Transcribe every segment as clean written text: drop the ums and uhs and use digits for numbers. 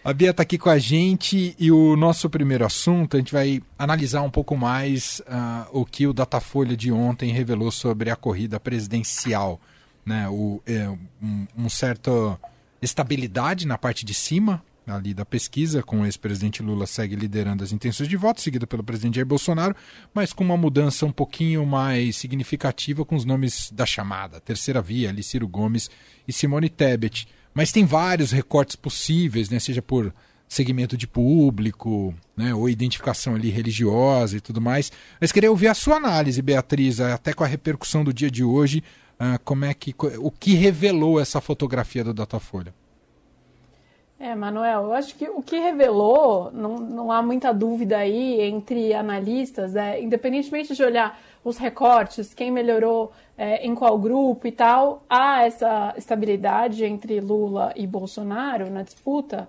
A Bia está aqui com a gente e o nosso primeiro assunto, a gente vai analisar um pouco mais o que o Datafolha de ontem revelou sobre a corrida presidencial, né? Um certo estabilidade na parte de cima ali da pesquisa, com o ex-presidente Lula segue liderando as intenções de voto, seguido pelo presidente Jair Bolsonaro, mas com uma mudança um pouquinho mais significativa com os nomes da chamada, terceira via, ali Ciro Gomes e Simone Tebet. Mas tem vários recortes possíveis, né? Seja por segmento de público, né? Ou identificação ali religiosa e tudo mais. Mas queria ouvir a sua análise, Beatriz, até com a repercussão do dia de hoje, o que revelou essa fotografia do Datafolha? Manuel, eu acho que o que revelou, não há muita dúvida aí entre analistas, independentemente de olhar os recortes, quem melhorou em qual grupo e tal, há essa estabilidade entre Lula e Bolsonaro na disputa,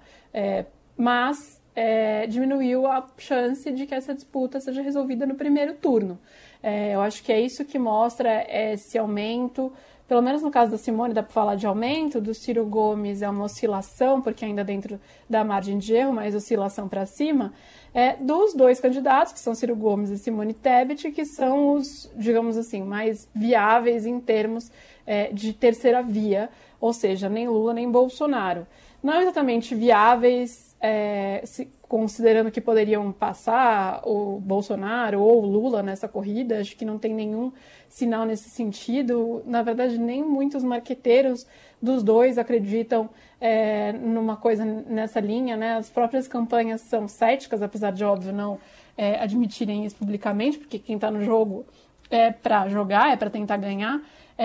mas diminuiu a chance de que essa disputa seja resolvida no primeiro turno. Eu acho que é isso que mostra esse aumento. Pelo menos no caso da Simone dá para falar de aumento, do Ciro Gomes é uma oscilação, porque ainda dentro da margem de erro, mas oscilação para cima, dos dois candidatos, que são Ciro Gomes e Simone Tebet, que são os, digamos assim, mais viáveis em termos de terceira via, ou seja, nem Lula nem Bolsonaro. Não exatamente viáveis, considerando que poderiam passar o Bolsonaro ou o Lula nessa corrida, acho que não tem nenhum sinal nesse sentido. Na verdade, nem muitos marqueteiros dos dois acreditam numa coisa nessa linha, né? As próprias campanhas são céticas, apesar de, óbvio, não admitirem isso publicamente, porque quem está no jogo é para jogar, é para tentar ganhar.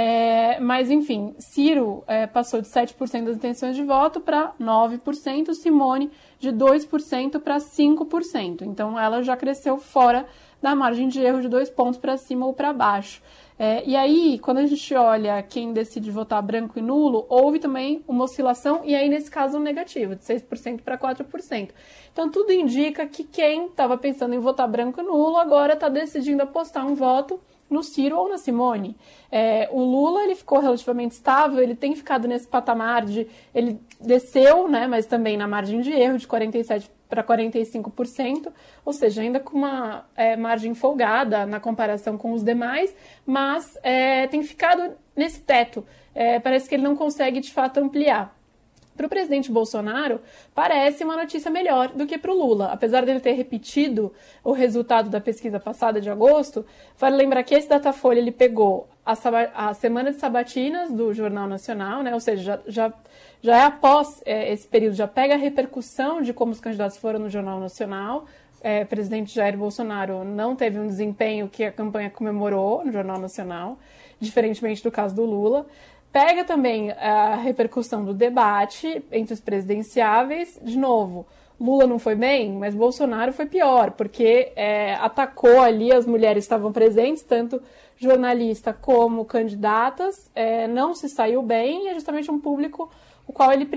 Mas, enfim, Ciro passou de 7% das intenções de voto para 9%, Simone de 2% para 5%. Então, ela já cresceu fora da margem de erro de 2 pontos para cima ou para baixo. E aí, quando a gente olha quem decide votar branco e nulo, houve também uma oscilação, e aí, nesse caso, um negativo, de 6% para 4%. Então, tudo indica que quem estava pensando em votar branco e nulo agora está decidindo apostar um voto no Ciro ou na Simone. O Lula, ele ficou relativamente estável, ele tem ficado nesse patamar ele desceu, né, mas também na margem de erro, de 47% para 45%, ou seja, ainda com uma margem folgada na comparação com os demais, mas tem ficado nesse teto. Parece que ele não consegue, de fato, ampliar. Para o presidente Bolsonaro, parece uma notícia melhor do que para o Lula. Apesar dele ter repetido o resultado da pesquisa passada de agosto, vale lembrar que esse Datafolha ele pegou a semana de sabatinas do Jornal Nacional, né? Ou seja, já é após esse período, já pega a repercussão de como os candidatos foram no Jornal Nacional. O presidente Jair Bolsonaro não teve um desempenho que a campanha comemorou no Jornal Nacional, diferentemente do caso do Lula. Pega também a repercussão do debate entre os presidenciáveis. De novo, Lula não foi bem, mas Bolsonaro foi pior, porque atacou ali, as mulheres estavam presentes, tanto jornalista como candidatas, não se saiu bem, e é justamente um público com o qual ele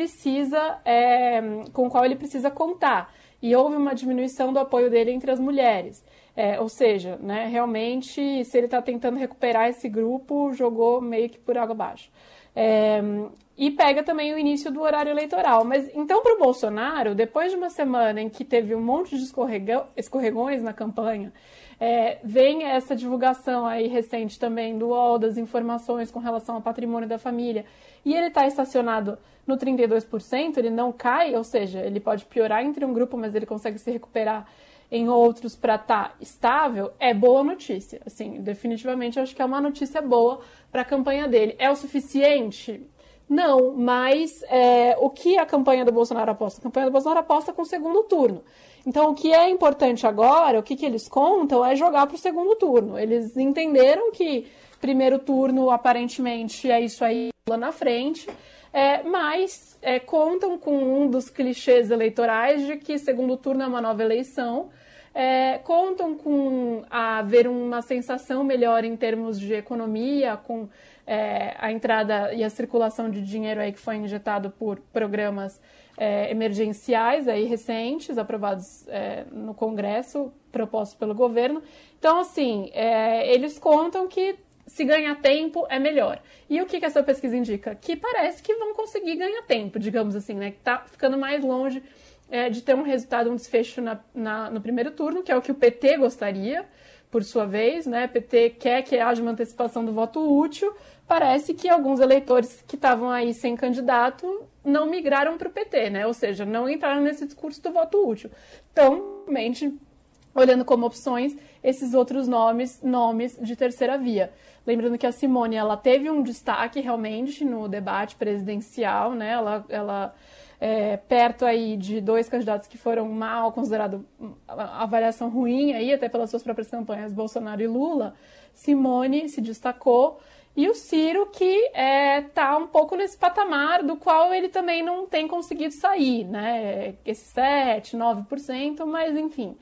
precisa contar. E houve uma diminuição do apoio dele entre as mulheres. Ou seja, né, realmente, se ele está tentando recuperar esse grupo, jogou meio que por água abaixo. E pega também o início do horário eleitoral. Mas então, para o Bolsonaro, depois de uma semana em que teve um monte de escorregões na campanha, vem essa divulgação aí recente também do UOL, das informações com relação ao patrimônio da família, e ele está estacionado no 32%, ele não cai, ou seja, ele pode piorar entre um grupo, mas ele consegue se recuperar em outros para estar estável, é boa notícia. Assim, definitivamente, eu acho que é uma notícia boa para a campanha dele. É o suficiente? Não, mas o que a campanha do Bolsonaro aposta? A campanha do Bolsonaro aposta com o segundo turno. Então, o que é importante agora, o que eles contam, é jogar para o segundo turno. Eles entenderam que primeiro turno, aparentemente, é isso aí lá na frente, mas contam com um dos clichês eleitorais de que segundo turno é uma nova eleição, contam com haver uma sensação melhor em termos de economia, com a entrada e a circulação de dinheiro aí que foi injetado por programas emergenciais aí recentes, aprovados no Congresso, propostos pelo governo. Então, assim, eles contam que se ganhar tempo é melhor. E o que essa pesquisa indica? Que parece que vão conseguir ganhar tempo, digamos assim, né? Que está ficando mais longe de ter um resultado, um desfecho no primeiro turno, que é o que o PT gostaria, por sua vez, né? O PT quer que haja uma antecipação do voto útil. Parece que alguns eleitores que estavam aí sem candidato não migraram para o PT, né? Ou seja, não entraram nesse discurso do voto útil. Então, realmente, olhando como opções, esses outros nomes de terceira via. Lembrando que a Simone, ela teve um destaque realmente no debate presidencial, né? Ela perto aí de dois candidatos que foram mal considerados, avaliação ruim aí, até pelas suas próprias campanhas, Bolsonaro e Lula, Simone se destacou, e o Ciro que está um pouco nesse patamar do qual ele também não tem conseguido sair, né? Esse 7%, 9%, mas enfim,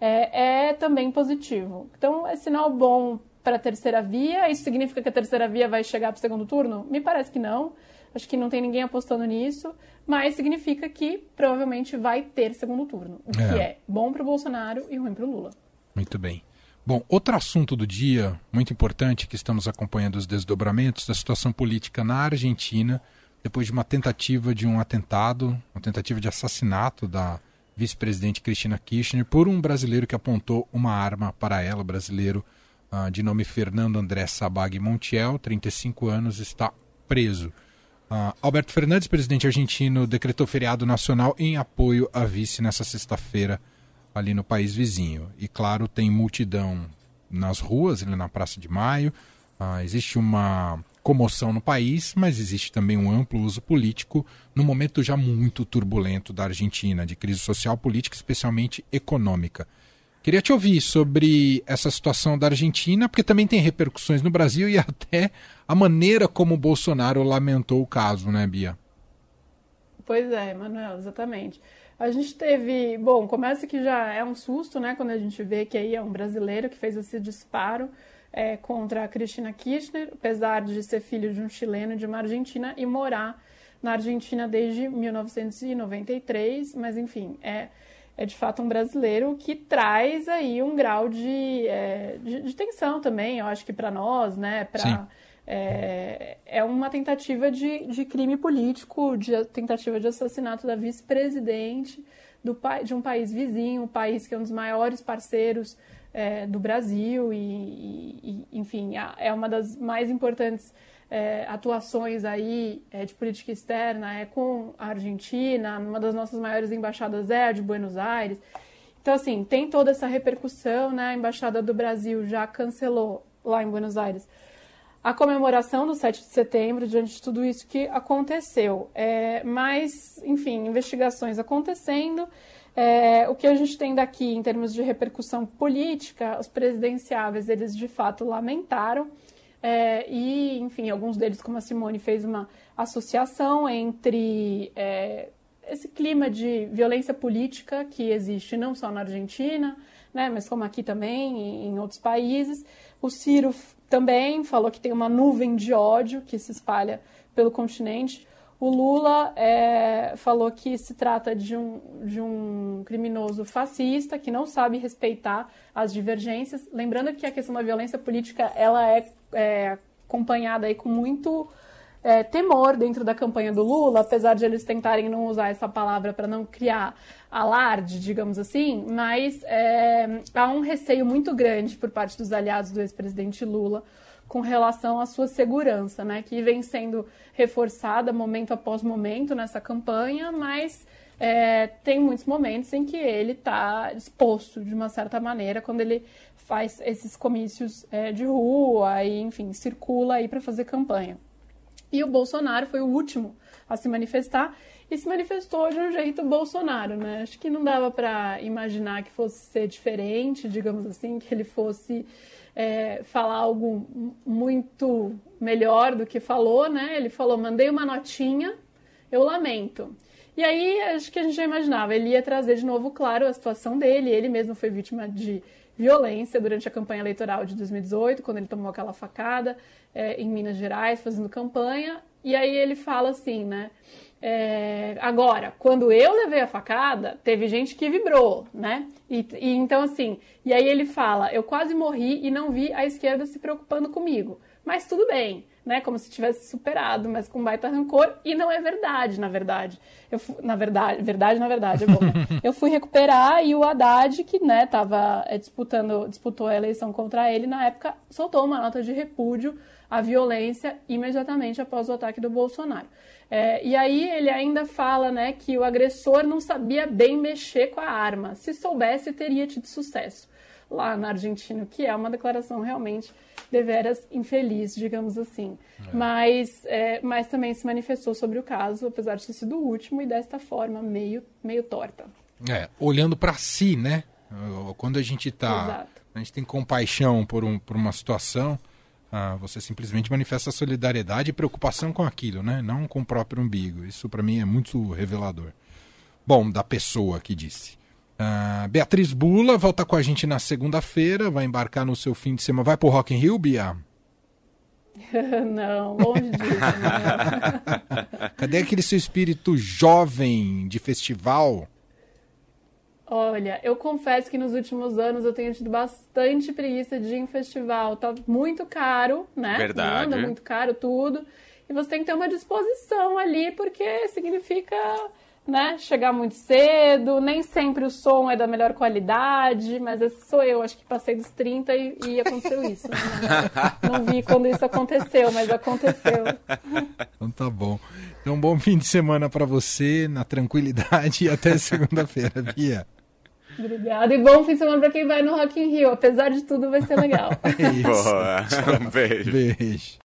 é também positivo. Então é sinal bom para a terceira via. Isso significa que a terceira via vai chegar para o segundo turno? Me parece que não. Acho que não tem ninguém apostando nisso, mas significa que provavelmente vai ter segundo turno, o que é bom para o Bolsonaro e ruim para o Lula. Muito bem. Bom, outro assunto do dia, muito importante, que estamos acompanhando os desdobramentos da situação política na Argentina, depois de uma tentativa de um atentado, uma tentativa de assassinato da vice-presidente Cristina Kirchner por um brasileiro que apontou uma arma para ela, brasileiro de nome Fernando André Sabag Montiel, 35 anos, está preso. Alberto Fernandes, presidente argentino, decretou feriado nacional em apoio à vice nessa sexta-feira ali no país vizinho. E claro, tem multidão nas ruas, ali na Praça de Maio. Existe uma comoção no país, mas existe também um amplo uso político num momento já muito turbulento da Argentina, de crise social, política, especialmente econômica. Queria te ouvir sobre essa situação da Argentina, porque também tem repercussões no Brasil e até a maneira como o Bolsonaro lamentou o caso, né, Bia? Pois é, Manuel, exatamente. A gente teve... Bom, começa que já é um susto, né, quando a gente vê que aí é um brasileiro que fez esse disparo contra a Cristina Kirchner, apesar de ser filho de um chileno e de uma argentina e morar na Argentina desde 1993, mas enfim, é de fato um brasileiro que traz aí um grau de tensão também, eu acho que para nós, né? É uma tentativa de crime político, de tentativa de assassinato da vice-presidente de um país vizinho, um país que é um dos maiores parceiros do Brasil e enfim, é uma das mais importantes atuações aí de política externa com a Argentina, uma das nossas maiores embaixadas é a de Buenos Aires. Então, assim, tem toda essa repercussão, né? A Embaixada do Brasil já cancelou lá em Buenos Aires a comemoração do 7 de setembro, diante de tudo isso que aconteceu. Mas, enfim, investigações acontecendo. O que a gente tem daqui em termos de repercussão política, os presidenciáveis, eles de fato lamentaram. E, enfim, alguns deles, como a Simone, fez uma associação entre esse clima de violência política que existe não só na Argentina, né, mas como aqui também, em outros países. O Ciro também falou que tem uma nuvem de ódio que se espalha pelo continente. O Lula falou que se trata de um criminoso fascista que não sabe respeitar as divergências. Lembrando que a questão da violência política ela é acompanhada aí com muito temor dentro da campanha do Lula, apesar de eles tentarem não usar essa palavra para não criar alarde, digamos assim, mas há um receio muito grande por parte dos aliados do ex-presidente Lula com relação à sua segurança, né, que vem sendo reforçada momento após momento nessa campanha, mas tem muitos momentos em que ele está exposto de uma certa maneira quando ele faz esses comícios de rua e, enfim, circula aí para fazer campanha. E o Bolsonaro foi o último a se manifestar e se manifestou de um jeito Bolsonaro, né? Acho que não dava para imaginar que fosse ser diferente, digamos assim, que ele fosse falar algo muito melhor do que falou, né? Ele falou, mandei uma notinha, eu lamento. E aí, acho que a gente já imaginava, ele ia trazer de novo, claro, a situação dele. Ele mesmo foi vítima de violência durante a campanha eleitoral de 2018, quando ele tomou aquela facada em Minas Gerais, fazendo campanha. E aí ele fala assim, né? Agora, quando eu levei a facada, teve gente que vibrou, né? E então, assim, aí ele fala, eu quase morri e não vi a esquerda se preocupando comigo. Mas tudo bem, né, como se tivesse superado, mas com baita rancor, e não é verdade, na verdade. Verdade, é bom, né? Eu fui recuperar e o Haddad, que, né, disputou a eleição contra ele, na época soltou uma nota de repúdio à violência imediatamente após o ataque do Bolsonaro. E aí ele ainda fala, né, que o agressor não sabia bem mexer com a arma. Se soubesse, teria tido sucesso lá na Argentina, que é uma declaração realmente deveras infeliz, digamos assim. Mas também se manifestou sobre o caso, apesar de ter sido o último, e desta forma meio torta. Olhando para si, né? Quando a gente tem compaixão por uma situação, você simplesmente manifesta solidariedade e preocupação com aquilo, né? Não com o próprio umbigo. Isso para mim é muito revelador. Bom, da pessoa que disse. Beatriz Bula volta com a gente na segunda-feira, vai embarcar no seu fim de semana. Vai pro Rock in Rio, Bia? Não, longe disso. Não. Cadê aquele seu espírito jovem de festival? Olha, eu confesso que nos últimos anos eu tenho tido bastante preguiça de ir em festival. Tá muito caro, né? Verdade. Anda muito caro tudo. E você tem que ter uma disposição ali, porque significa, né, chegar muito cedo, nem sempre o som é da melhor qualidade, mas esse sou eu, acho que passei dos 30 e aconteceu isso. Né? Não vi quando isso aconteceu, mas aconteceu. Então tá bom. Então um bom fim de semana para você, na tranquilidade, e até segunda-feira, Bia. Obrigada, e bom fim de semana para quem vai no Rock in Rio, apesar de tudo vai ser legal. Boa, um beijo. Beijo.